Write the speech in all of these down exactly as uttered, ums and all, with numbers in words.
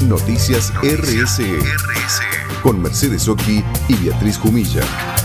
Noticias R S E con Mercedes Oqui y Beatriz Jumilla.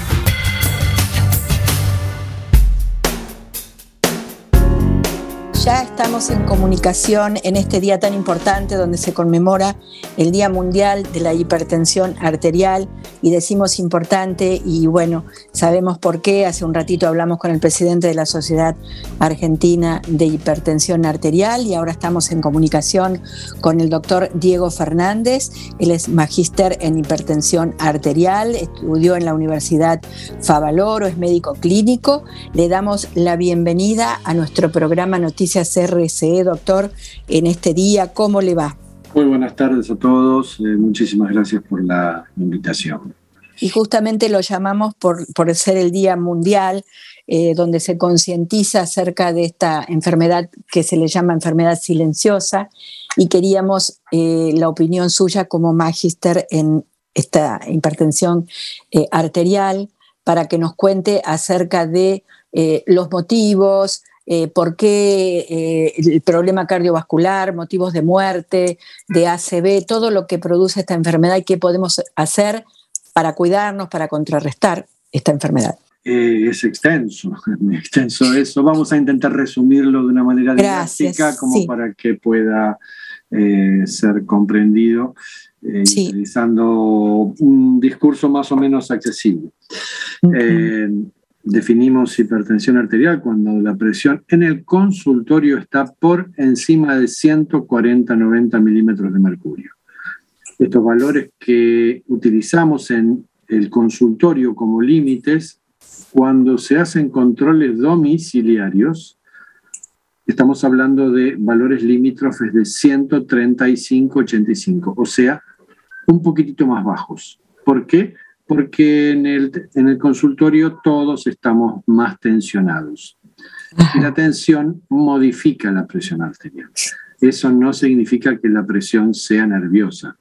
Ya estamos en comunicación en este día tan importante donde se conmemora el Día Mundial de la Hipertensión Arterial, y decimos importante y bueno, sabemos por qué. Hace un ratito hablamos con el presidente de la Sociedad Argentina de Hipertensión Arterial y ahora estamos en comunicación con el doctor Diego Fernández. Él es magíster en hipertensión arterial, estudió en la Universidad Favaloro, es médico clínico. Le damos la bienvenida a nuestro programa Noticias R S E, doctor, en este día. ¿Cómo le va? Muy buenas tardes a todos, eh, muchísimas gracias por la invitación. Y justamente lo llamamos por, por ser el Día Mundial, eh, donde se concientiza acerca de esta enfermedad que se le llama enfermedad silenciosa, y queríamos eh, la opinión suya como magíster en esta hipertensión eh, arterial, para que nos cuente acerca de eh, los motivos, Eh, por qué eh, el problema cardiovascular, motivos de muerte, de A C V, todo lo que produce esta enfermedad y qué podemos hacer para cuidarnos, para contrarrestar esta enfermedad. Eh, es extenso, es extenso eso. Vamos a intentar resumirlo de una manera Gracias, didáctica como sí. para que pueda eh, ser comprendido eh, Sí. utilizando un discurso más o menos accesible. Uh-huh. Eh, Definimos hipertensión arterial cuando la presión en el consultorio está por encima de ciento cuarenta a noventa milímetros de mercurio. Estos valores que utilizamos en el consultorio como límites, cuando se hacen controles domiciliarios, estamos hablando de valores limítrofes de ciento treinta y cinco a ochenta y cinco, o sea, un poquitito más bajos. ¿Por qué? Porque en el, en el consultorio todos estamos más tensionados. Y la tensión modifica la presión arterial. Eso no significa que la presión sea nerviosa.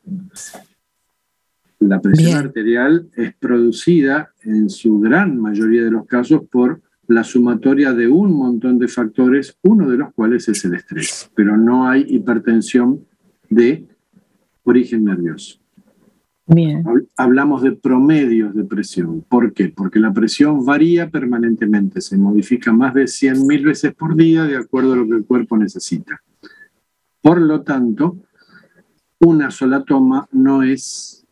La presión Bien. arterial es producida en su gran mayoría de los casos por la sumatoria de un montón de factores, uno de los cuales es el estrés. Pero no hay hipertensión de origen nervioso. Bien. Hablamos de promedios de presión. ¿Por qué? Porque la presión varía permanentemente, se modifica más de cien mil veces por día de acuerdo a lo que el cuerpo necesita. Por lo tanto, una sola toma no es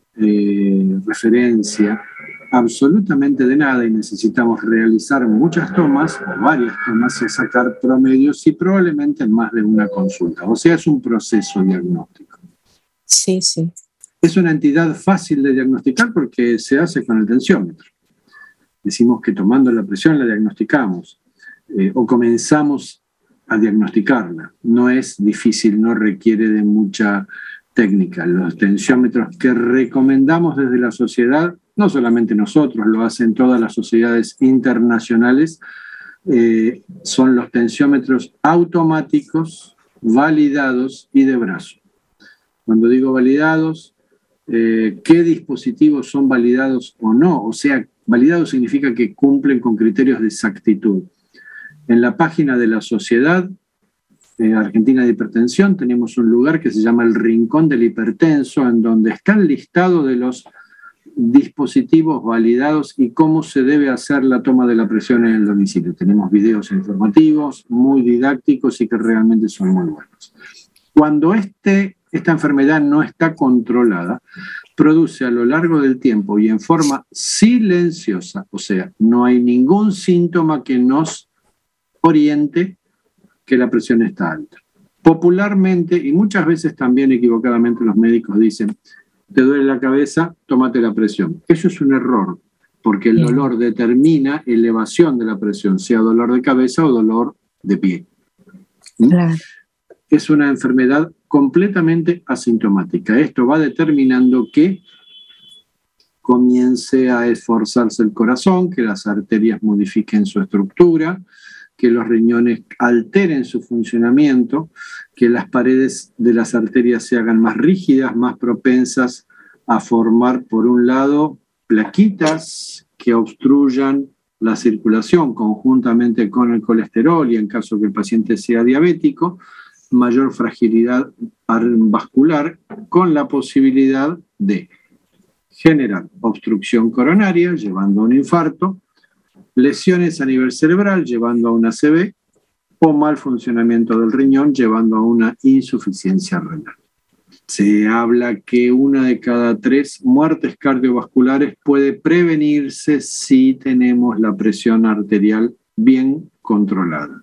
eh, referencia absolutamente de nada y necesitamos realizar muchas tomas, o varias tomas, y sacar promedios y probablemente en más de una consulta. O sea, es un proceso diagnóstico. Sí, sí. Es una entidad fácil de diagnosticar porque se hace con el tensiómetro. Decimos que tomando la presión la diagnosticamos eh, o comenzamos a diagnosticarla. No es difícil, no requiere de mucha técnica. Los tensiómetros que recomendamos desde la sociedad, no solamente nosotros, lo hacen todas las sociedades internacionales, eh, son los tensiómetros automáticos, validados y de brazo. Cuando digo validados, Eh, qué dispositivos son validados o no, o sea, validados significa que cumplen con criterios de exactitud. En la página de la Sociedad eh, Argentina de Hipertensión tenemos un lugar que se llama el Rincón del Hipertenso, en donde está el listado de los dispositivos validados y cómo se debe hacer la toma de la presión en el domicilio. Tenemos videos informativos muy didácticos y que realmente son muy buenos. Cuando este Esta enfermedad no está controlada, produce a lo largo del tiempo y en forma silenciosa, o sea, no hay ningún síntoma que nos oriente que la presión está alta. Popularmente, y muchas veces también equivocadamente, los médicos dicen, te duele la cabeza, tómate la presión. Eso es un error, porque el dolor determina elevación de la presión, sea dolor de cabeza o dolor de pie. Claro. Es una enfermedad completamente asintomática. Esto va determinando que comience a esforzarse el corazón, que las arterias modifiquen su estructura, que los riñones alteren su funcionamiento, que las paredes de las arterias se hagan más rígidas, más propensas a formar, por un lado, plaquitas que obstruyan la circulación conjuntamente con el colesterol y en caso que el paciente sea diabético, mayor fragilidad vascular con la posibilidad de generar obstrucción coronaria, llevando a un infarto, lesiones a nivel cerebral, llevando a una A C V, o mal funcionamiento del riñón, llevando a una insuficiencia renal. Se habla que una de cada tres muertes cardiovasculares puede prevenirse si tenemos la presión arterial bien controlada.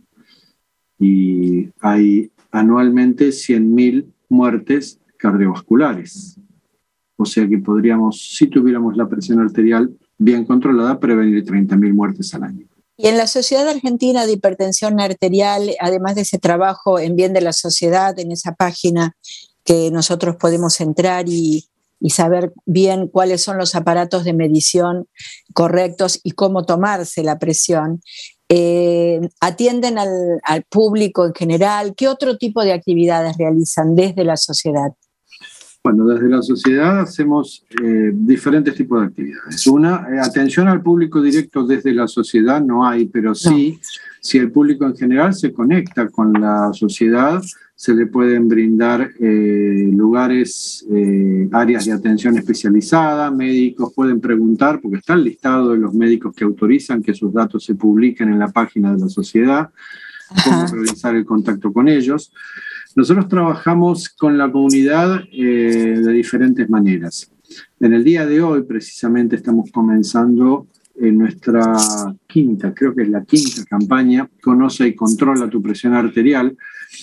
Y hay anualmente cien mil muertes cardiovasculares. O sea que podríamos, si tuviéramos la presión arterial bien controlada, prevenir treinta mil muertes al año. Y en la Sociedad Argentina de Hipertensión Arterial, además de ese trabajo en bien de la sociedad, en esa página que nosotros podemos entrar y, y saber bien cuáles son los aparatos de medición correctos y cómo tomarse la presión, eh, atienden al, al público en general. ¿Qué otro tipo de actividades realizan desde la sociedad? Bueno, desde la sociedad hacemos eh, diferentes tipos de actividades. Una, eh, atención al público directo desde la sociedad no hay, pero sí, no. Si el público en general se conecta con la sociedad, se le pueden brindar eh, lugares, eh, áreas de atención especializada, médicos pueden preguntar, porque está el listado de los médicos que autorizan que sus datos se publiquen en la página de la sociedad, cómo realizar el contacto con ellos. Nosotros trabajamos con la comunidad eh, de diferentes maneras. En el día de hoy, precisamente, estamos comenzando en nuestra quinta, creo que es la quinta campaña, Conoce y Controla tu Presión Arterial,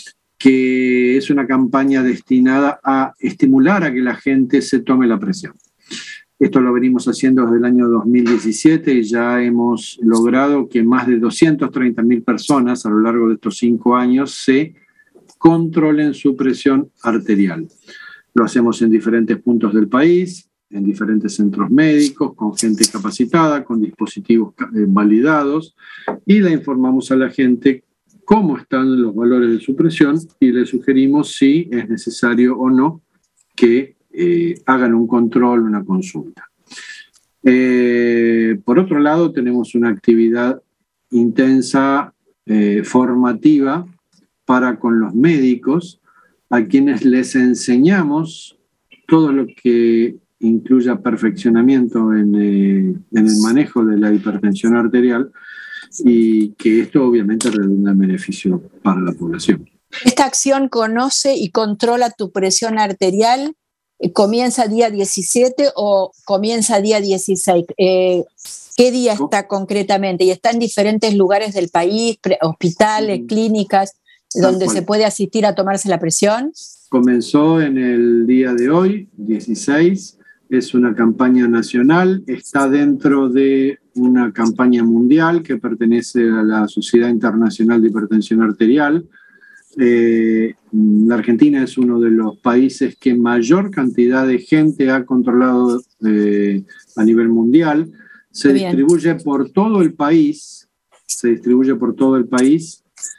que es una campaña destinada a estimular a que la gente se tome la presión. Esto lo venimos haciendo desde el año dos mil diecisiete y ya hemos logrado que más de doscientas treinta mil personas a lo largo de estos cinco años se controlen su presión arterial. Lo hacemos en diferentes puntos del país, en diferentes centros médicos, con gente capacitada, con dispositivos eh, validados, y le informamos a la gente cómo están los valores de su presión y le sugerimos si es necesario o no que eh, hagan un control, una consulta. Eh, por otro lado, tenemos una actividad intensa, eh, formativa, para con los médicos, a quienes les enseñamos todo lo que incluya perfeccionamiento en, eh, en el manejo de la hipertensión arterial, y que esto obviamente redunda en beneficio para la población. Esta acción Conoce y Controla tu Presión Arterial, ¿comienza día diecisiete o comienza día dieciséis? Eh, ¿Qué día está concretamente? ¿Y está en diferentes lugares del país, hospitales, mm. clínicas, donde se puede asistir a tomarse la presión? Comenzó en el día de hoy, dieciséis, es una campaña nacional, está dentro de una campaña mundial que pertenece a la Sociedad Internacional de Hipertensión Arterial. Eh, la Argentina es uno de los países que mayor cantidad de gente ha controlado eh, a nivel mundial. Se distribuye por todo el país, se distribuye por todo el país.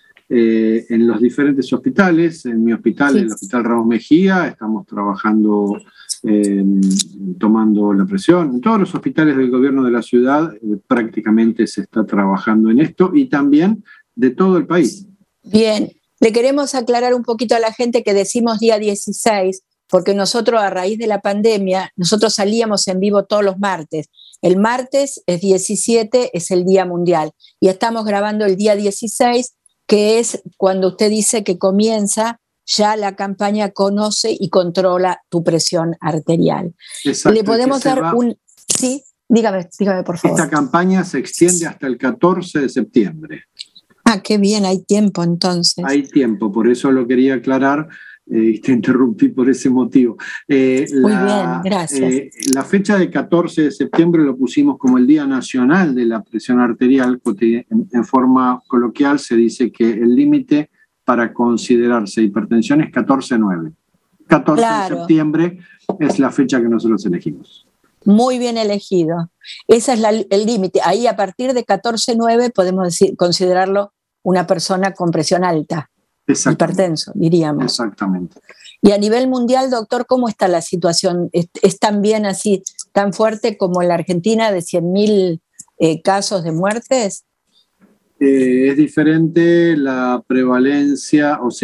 Eh, en los diferentes hospitales, en mi hospital, sí. El Hospital Ramos Mejía, estamos trabajando, eh, tomando la presión. En todos los hospitales del gobierno de la ciudad eh, prácticamente se está trabajando en esto, y también de todo el país. Bien, le queremos aclarar un poquito a la gente que decimos día dieciséis, porque nosotros a raíz de la pandemia, nosotros salíamos en vivo todos los martes. El martes es diecisiete, es el Día Mundial, y estamos grabando el día dieciséis, que es cuando usted dice que comienza ya la campaña Conoce y Controla tu Presión Arterial. Exacto. ¿Le podemos dar va... un...? Sí, dígame, dígame por favor. Esta campaña se extiende hasta el catorce de septiembre. Ah, qué bien, hay tiempo entonces. Hay tiempo, por eso lo quería aclarar eh, y te interrumpí por ese motivo. Eh, Muy la, bien, gracias. Eh, la fecha de catorce de septiembre lo pusimos como el Día Nacional de la Presión Arterial, porque en, en forma coloquial se dice que el límite para considerarse hipertensión es catorce nueve. catorce claro. de septiembre es la fecha que nosotros elegimos. Muy bien elegido. Ese es la, el límite. Ahí a partir de catorce nueve podemos decir, considerarlo una persona con presión alta. Hipertenso, diríamos. Exactamente. Y a nivel mundial, doctor, ¿cómo está la situación? ¿Es, es también así, tan fuerte como en la Argentina, de cien mil eh, casos de muertes? Eh, es diferente la prevalencia, o sea,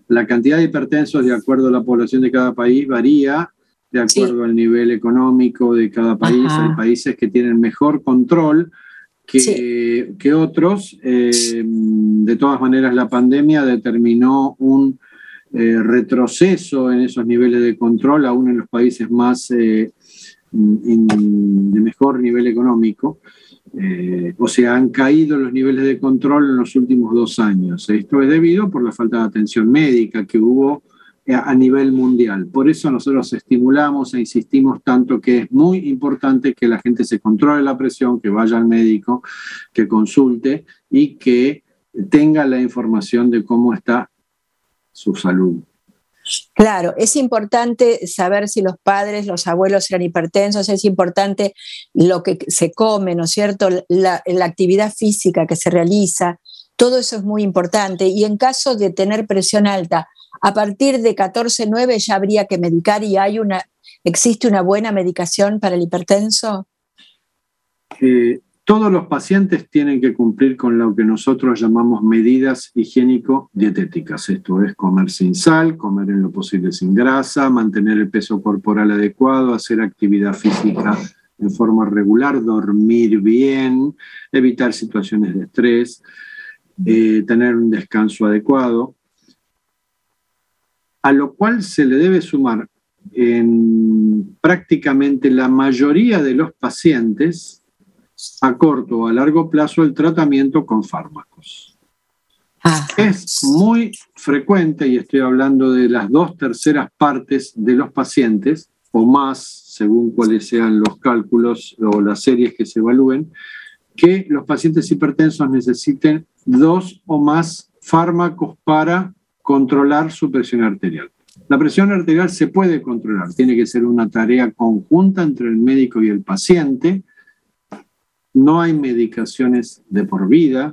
la cantidad de hipertensos de acuerdo a la población de cada país varía de acuerdo sí. al nivel económico de cada país. Ajá. Hay países que tienen mejor control que, sí. que otros. Eh, de todas maneras, la pandemia determinó un eh, retroceso en esos niveles de control, aún en los países más eh, in, de mejor nivel económico. Eh, o sea, han caído los niveles de control en los últimos dos años. Esto es debido por la falta de atención médica que hubo a nivel mundial. Por eso nosotros estimulamos e insistimos tanto que es muy importante que la gente se controle la presión, que vaya al médico, que consulte y que tenga la información de cómo está su salud. Claro, es importante saber si los padres, los abuelos eran hipertensos, es importante lo que se come, ¿no es cierto? La, la actividad física que se realiza, todo eso es muy importante. Y en caso de tener presión alta, a partir de catorce nueve ya habría que medicar y hay una, ¿existe una buena medicación para el hipertenso? Eh, todos los pacientes tienen que cumplir con lo que nosotros llamamos medidas higiénico-dietéticas. Esto es comer sin sal, comer en lo posible sin grasa, mantener el peso corporal adecuado, hacer actividad física en forma regular, dormir bien, evitar situaciones de estrés, eh, tener un descanso adecuado. A lo cual se le debe sumar en prácticamente la mayoría de los pacientes a corto o a largo plazo el tratamiento con fármacos. Ah. Es muy frecuente, y estoy hablando de las dos terceras partes de los pacientes, o más, según cuáles sean los cálculos o las series que se evalúen, que los pacientes hipertensos necesiten dos o más fármacos para controlar su presión arterial. La presión arterial se puede controlar, tiene que ser una tarea conjunta entre el médico y el paciente. No hay medicaciones de por vida,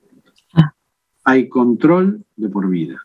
hay control de por vida.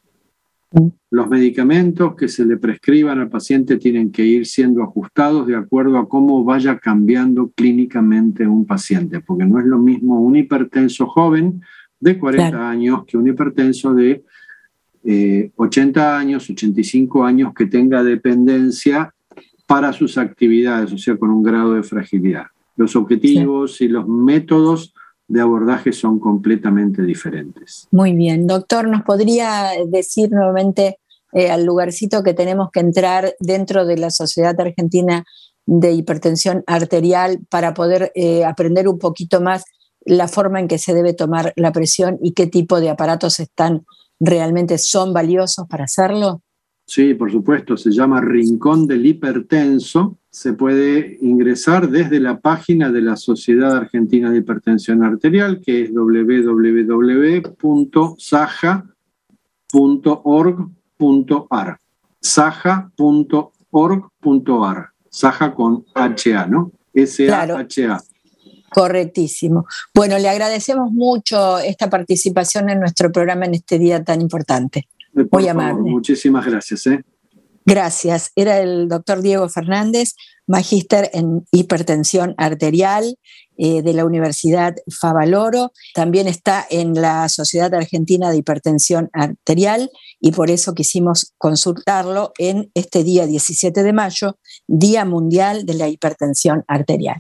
Los medicamentos que se le prescriban al paciente tienen que ir siendo ajustados de acuerdo a cómo vaya cambiando clínicamente un paciente, porque no es lo mismo un hipertenso joven de cuarenta claro. años que un hipertenso de Eh, ochenta años, ochenta y cinco años que tenga dependencia para sus actividades, o sea, con un grado de fragilidad. Los objetivos sí. y los métodos de abordaje son completamente diferentes. Muy bien. Doctor, ¿nos podría decir nuevamente eh, al lugarcito que tenemos que entrar dentro de la Sociedad Argentina de Hipertensión Arterial para poder eh, aprender un poquito más la forma en que se debe tomar la presión y qué tipo de aparatos están realmente son valiosos para hacerlo? Sí, por supuesto, se llama Rincón del Hipertenso. Se puede ingresar desde la página de la Sociedad Argentina de Hipertensión Arterial, que es doble u doble u doble u punto saja punto org punto a r. saja punto org punto a r. Saja con H A, ¿no? S A H A. Claro. Correctísimo. Bueno, le agradecemos mucho esta participación en nuestro programa en este día tan importante. Por Muy amable. Favor, muchísimas gracias. ¿eh? Gracias. Era el doctor Diego Fernández, magíster en hipertensión arterial eh, de la Universidad Favaloro. También está en la Sociedad Argentina de Hipertensión Arterial y por eso quisimos consultarlo en este día diecisiete de mayo, Día Mundial de la Hipertensión Arterial.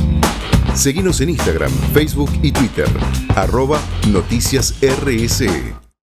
Seguinos en Instagram, Facebook y Twitter, arroba Noticias R S E.